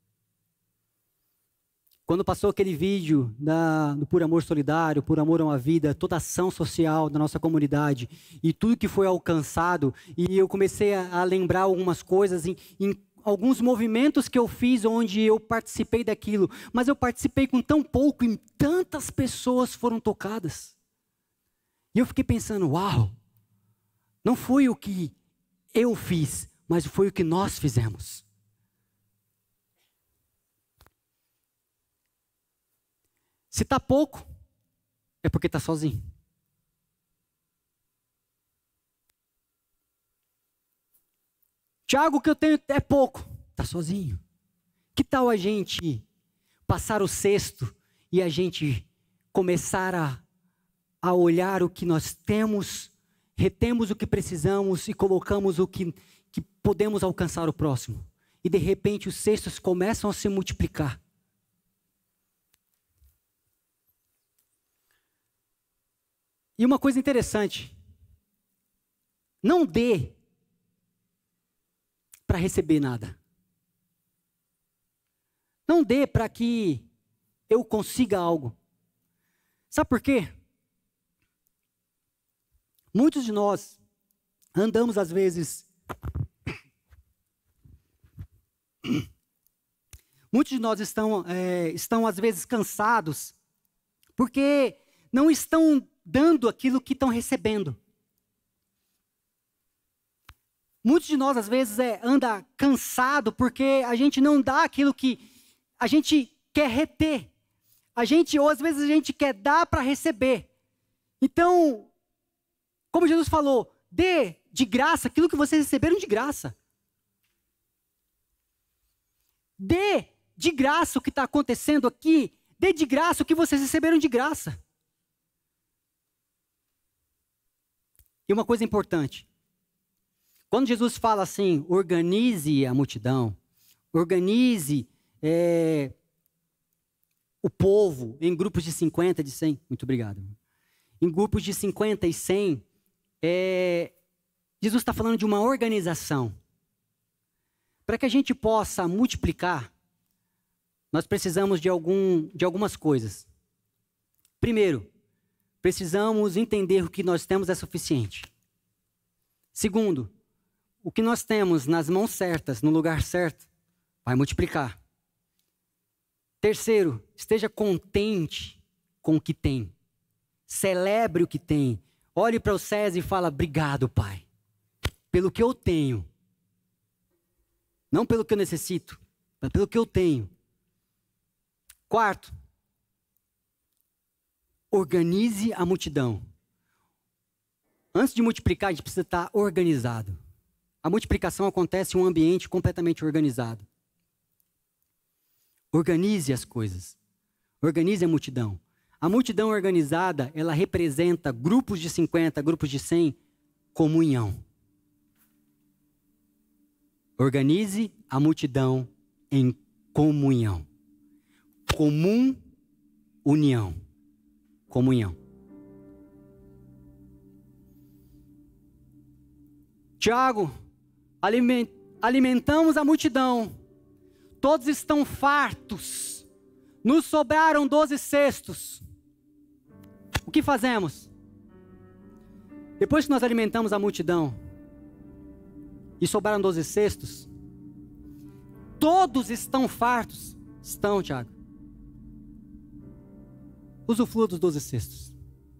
Quando passou aquele vídeo do Por Amor Solidário, Por Amor a uma Vida, toda a ação social da nossa comunidade e tudo que foi alcançado, e eu comecei a lembrar algumas coisas em alguns movimentos que eu fiz onde eu participei daquilo, mas eu participei com tão pouco e tantas pessoas foram tocadas. E eu fiquei pensando, uau, não foi o que eu fiz, mas foi o que nós fizemos. Se está pouco, é porque está sozinho. Tiago, o que eu tenho é pouco, está sozinho. Que tal a gente passar o cesto e a gente começar a olhar o que nós temos, retemos o que precisamos e colocamos o que podemos alcançar o próximo. E de repente os cestos começam a se multiplicar. E uma coisa interessante, não dê para receber nada. Não dê para que eu consiga algo. Sabe por quê? Muitos de nós andamos às vezes... Muitos de nós estão às vezes cansados, porque não estão dando aquilo que estão recebendo. Muitos de nós às vezes anda cansado, porque a gente não dá aquilo que a gente quer reter. Ou às vezes a gente quer dar para receber. Então, como Jesus falou, dê de graça aquilo que vocês receberam de graça. Dê de graça o que está acontecendo aqui. Dê de graça o que vocês receberam de graça. E uma coisa importante. Quando Jesus fala assim, organize a multidão, organize o povo em grupos de 50, de 100. Muito obrigado. em grupos de 50 e 100, Jesus está falando de uma organização. Para que a gente possa multiplicar, nós precisamos de algumas coisas. Primeiro, precisamos entender o que nós temos é suficiente. Segundo, o que nós temos nas mãos certas, no lugar certo, vai multiplicar. Terceiro, esteja contente com o que tem. Celebre o que tem. Olhe para o César e fala, obrigado, Pai, pelo que eu tenho. Não pelo que eu necessito, mas pelo que eu tenho. Quarto, organize a multidão. Antes de multiplicar, a gente precisa estar organizado. A multiplicação acontece em um ambiente completamente organizado. Organize as coisas. Organize a multidão. A multidão organizada, ela representa grupos de 50, grupos de 100, comunhão. Organize a multidão em comunhão. Comum, união. Comunhão. Tiago, alimentamos a multidão. Todos estão fartos. Nos sobraram 12 cestos. O que fazemos? Depois que nós alimentamos a multidão e sobraram 12 cestos, todos estão fartos. Estão, Tiago. Usufrua dos 12 cestos.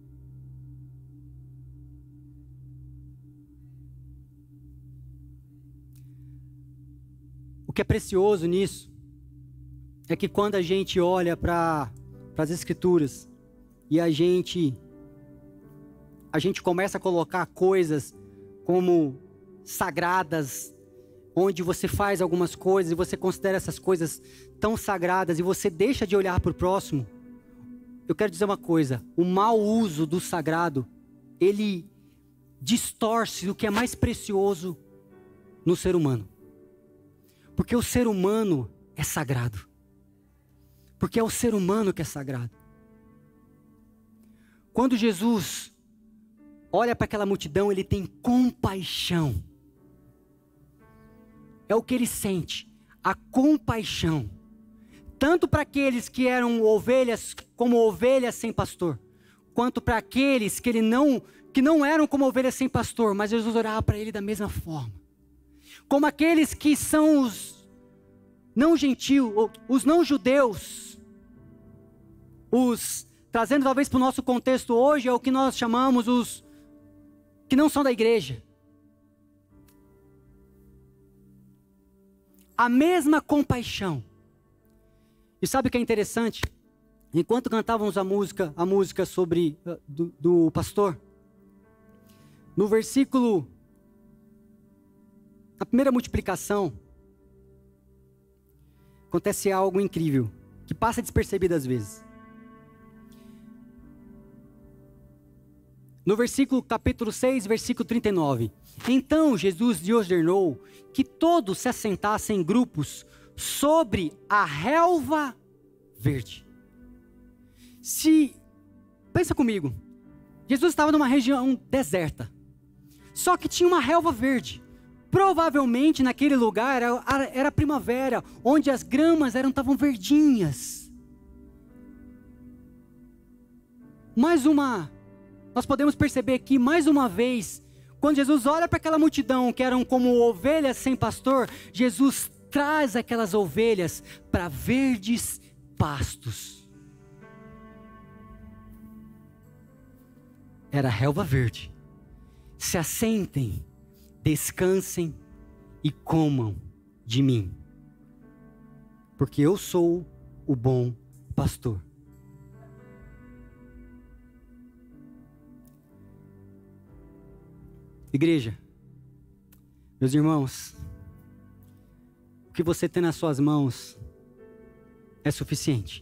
O que é precioso nisso é que quando a gente olha para as Escrituras e a gente começa a colocar coisas como sagradas, onde você faz algumas coisas e você considera essas coisas tão sagradas e você deixa de olhar para o próximo, eu quero dizer uma coisa, o mau uso do sagrado, ele distorce o que é mais precioso no ser humano. Porque o ser humano é sagrado. Porque é o ser humano que é sagrado. Quando Jesus olha para aquela multidão, ele tem compaixão. É o que ele sente, a compaixão. Tanto para aqueles que eram ovelhas, como ovelhas sem pastor, quanto para aqueles que não eram como ovelhas sem pastor, mas Jesus orava para ele da mesma forma. Como aqueles que são os não gentios, os não judeus, trazendo talvez para o nosso contexto hoje, é o que nós chamamos os que não são da igreja. A mesma compaixão. E sabe o que é interessante? Enquanto cantávamos a música sobre do pastor, no versículo, na primeira multiplicação, acontece algo incrível, que passa despercebido às vezes. No versículo capítulo 6, versículo 39. Então Jesus lhe ordenou que todos se assentassem em grupos sobre a relva verde. Pensa comigo, Jesus estava numa região deserta, só que tinha uma relva verde. Provavelmente naquele lugar era primavera, onde as gramas estavam verdinhas. Nós podemos perceber aqui, mais uma vez, quando Jesus olha para aquela multidão que eram como ovelhas sem pastor, Jesus traz aquelas ovelhas para verdes pastos. Era a relva verde. Se assentem, descansem e comam de mim, porque eu sou o bom pastor. Igreja, meus irmãos, o que você tem nas suas mãos é suficiente.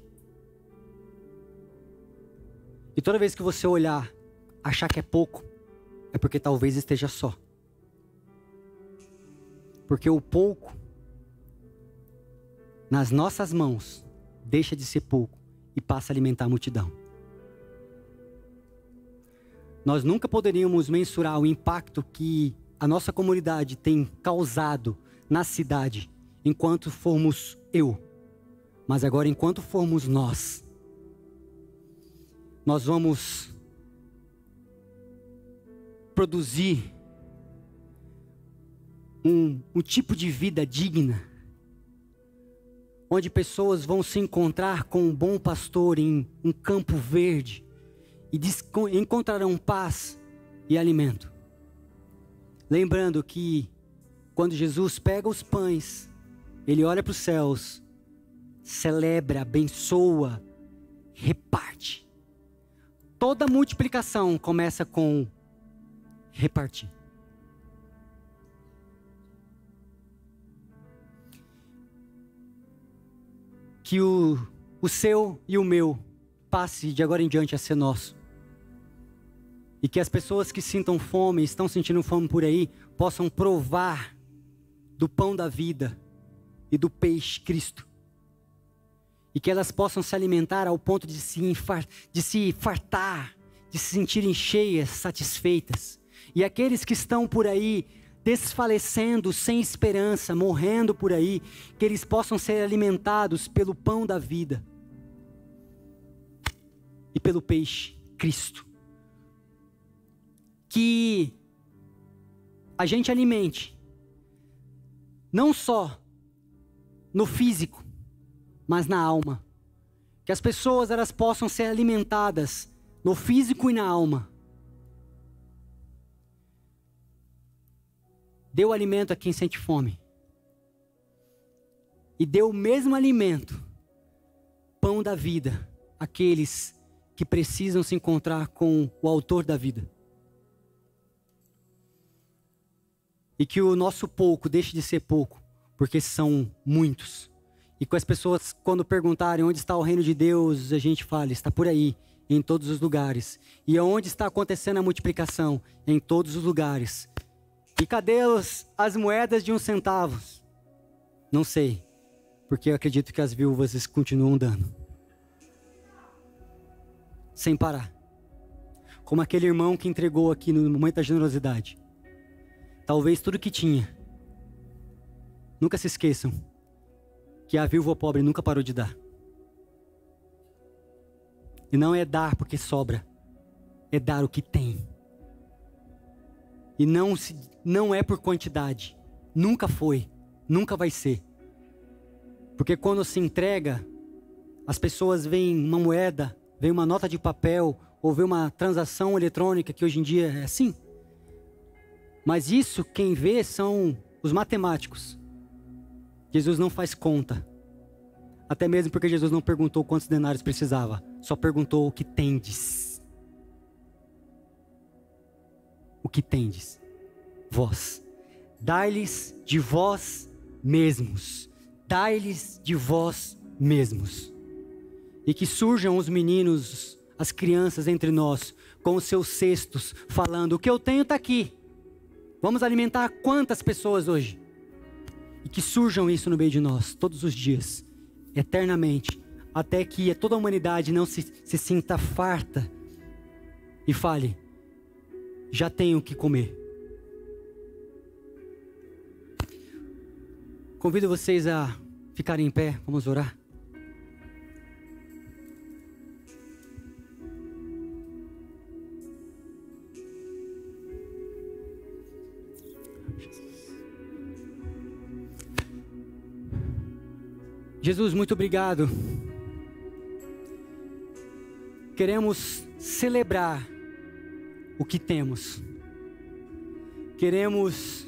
E toda vez que você olhar, achar que é pouco, é porque talvez esteja só. Porque o pouco nas nossas mãos deixa de ser pouco e passa a alimentar a multidão. nós nunca poderíamos mensurar o impacto que a nossa comunidade tem causado na cidade, enquanto formos eu. Mas agora, enquanto formos nós vamos produzir um tipo de vida digna, onde pessoas vão se encontrar com um bom pastor em um campo verde e encontrarão paz e alimento. Lembrando que quando Jesus pega os pães, ele olha para os céus, celebra, abençoa, reparte. Toda multiplicação começa com repartir. Que o seu e o meu passe de agora em diante a ser nosso. E que as pessoas que sintam fome, estão sentindo fome por aí, possam provar do pão da vida e do peixe Cristo. E que elas possam se alimentar ao ponto de se fartar, de se sentirem cheias, satisfeitas. E aqueles que estão por aí desfalecendo, sem esperança, morrendo por aí, que eles possam ser alimentados pelo pão da vida e pelo peixe Cristo. Que a gente alimente, não só no físico, mas na alma. Que as pessoas elas possam ser alimentadas no físico e na alma. Dê o alimento a quem sente fome. E dê o mesmo alimento, pão da vida, àqueles que precisam se encontrar com o autor da vida. E que o nosso pouco deixe de ser pouco, porque são muitos. E que as pessoas, quando perguntarem onde está o reino de Deus, a gente fale, está por aí, em todos os lugares. E onde está acontecendo a multiplicação? Em todos os lugares. E cadê as moedas de 1 centavo? Não sei, porque eu acredito que as viúvas continuam dando. Sem parar. Como aquele irmão que entregou aqui no momento da generosidade. Talvez tudo que tinha. Nunca se esqueçam que a viúva pobre nunca parou de dar. E não é dar porque sobra, é dar o que tem. E não é por quantidade, nunca foi, nunca vai ser. Porque quando se entrega, as pessoas veem uma moeda, veem uma nota de papel, ou veem uma transação eletrônica, que hoje em dia é assim. Mas isso quem vê são os matemáticos. Jesus não faz conta. Até mesmo porque Jesus não perguntou quantos denários precisava. Só perguntou o que tendes. O que tendes? Vós. Dai-lhes de vós mesmos. Dai-lhes de vós mesmos. E que surjam os meninos, as crianças entre nós, com os seus cestos, falando, o que eu tenho está aqui. Vamos alimentar quantas pessoas hoje? E que surjam isso no meio de nós, todos os dias, eternamente, até que toda a humanidade não se sinta farta e fale, já tenho o que comer. Convido vocês a ficarem em pé, vamos orar. Jesus, muito obrigado. Queremos celebrar o que temos. Queremos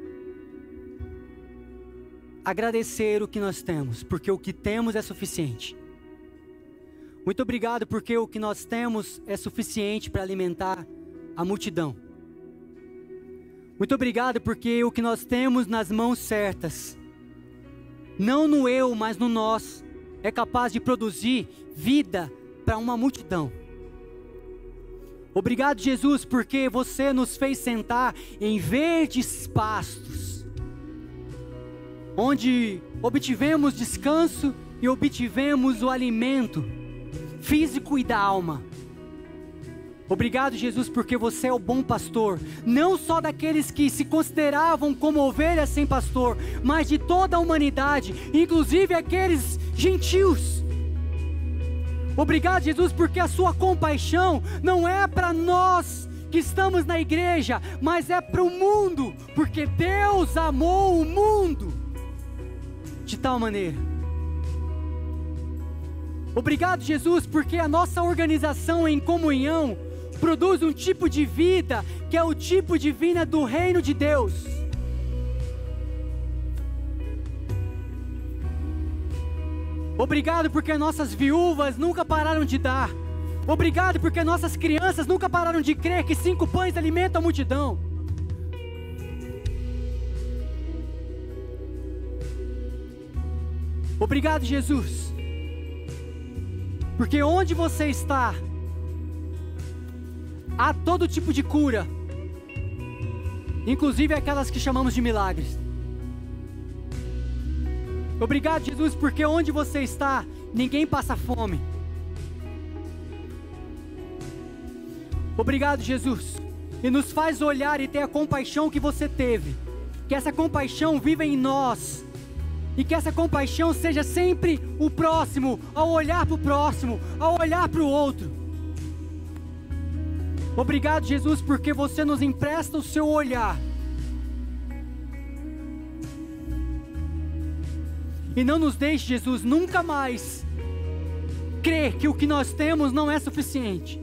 agradecer o que nós temos, porque o que temos é suficiente. Muito obrigado porque o que nós temos é suficiente para alimentar a multidão. Muito obrigado porque o que nós temos nas mãos certas, não no eu, mas no nós, é capaz de produzir vida para uma multidão. Obrigado, Jesus, porque você nos fez sentar em verdes pastos, onde obtivemos descanso e obtivemos o alimento físico e da alma. Obrigado, Jesus, porque você é o bom pastor, não só daqueles que se consideravam como ovelhas sem pastor, mas de toda a humanidade, inclusive aqueles gentios. Obrigado, Jesus, porque a sua compaixão não é para nós que estamos na igreja, mas é para o mundo, porque Deus amou o mundo de tal maneira. Obrigado, Jesus, porque a nossa organização em comunhão produz um tipo de vida que é o tipo de vida do reino de Deus. Obrigado porque nossas viúvas nunca pararam de dar. Obrigado porque nossas crianças nunca pararam de crer que 5 pães alimentam a multidão. Obrigado, Jesus, porque onde você está, há todo tipo de cura, inclusive aquelas que chamamos de milagres. Obrigado, Jesus, porque onde você está, ninguém passa fome. Obrigado, Jesus, e nos faz olhar e ter a compaixão que você teve, que essa compaixão viva em nós, e que essa compaixão seja sempre o próximo, ao olhar para o próximo, ao olhar para o outro. Obrigado, Jesus, porque você nos empresta o seu olhar, e não nos deixe, Jesus, nunca mais crer que o que nós temos não é suficiente,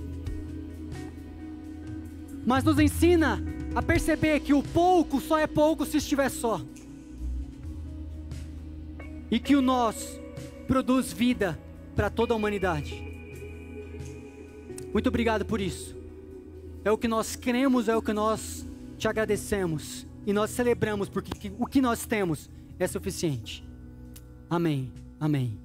mas nos ensina a perceber que o pouco só é pouco se estiver só, e que o nós produz vida para toda a humanidade. Muito obrigado por isso. É o que nós cremos, é o que nós te agradecemos, e nós celebramos porque o que nós temos é suficiente. Amém, amém.